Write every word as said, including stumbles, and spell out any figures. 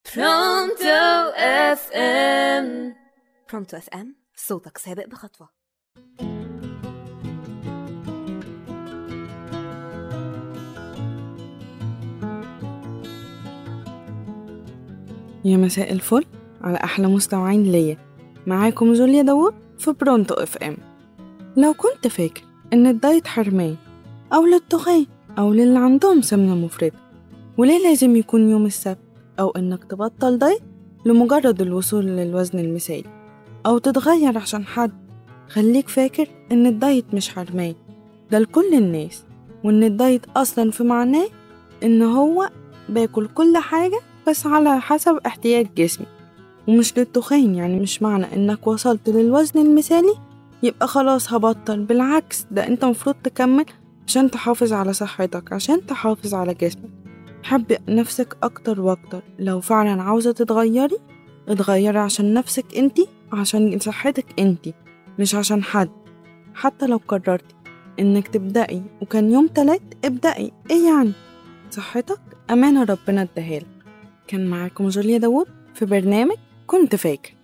برونتو اف ام. برونتو اف ام، صوتك سابق بخطوة. يا مساء الفل على أحلى مستمعين ليا، معاكم جوليا داوود في برونتو اف ام. لو كنت فاكر إن الدايت حرمان أو للطغاة أو للي عندهم سمنة مفرطة، وليه لازم يكون يوم السبت، أو إنك تبطل دايت لمجرد الوصول للوزن المثالي أو تتغير عشان حد، خليك فاكر إن الدايت مش حرمان، ده لكل الناس، وإن الدايت أصلا في معناه إن هو باكل كل حاجة بس على حسب احتياج جسمي، ومش للتخين. يعني مش معنى إنك وصلت للوزن المثالي يبقى خلاص هبطل، بالعكس ده أنت مفروض تكمل عشان تحافظ على صحتك، عشان تحافظ على جسمك. حبي نفسك أكتر وأكتر. لو فعلا عاوزة تتغيري، اتغيري عشان نفسك انتي، عشان صحتك انتي، مش عشان حد. حتى لو قررتي إنك تبدأي وكان يوم تلات، ابدأي. ايه يعني؟ صحتك أمانة ربنا اداهالك. كان معاكم جوليا داوود في برنامج كنت فاكر.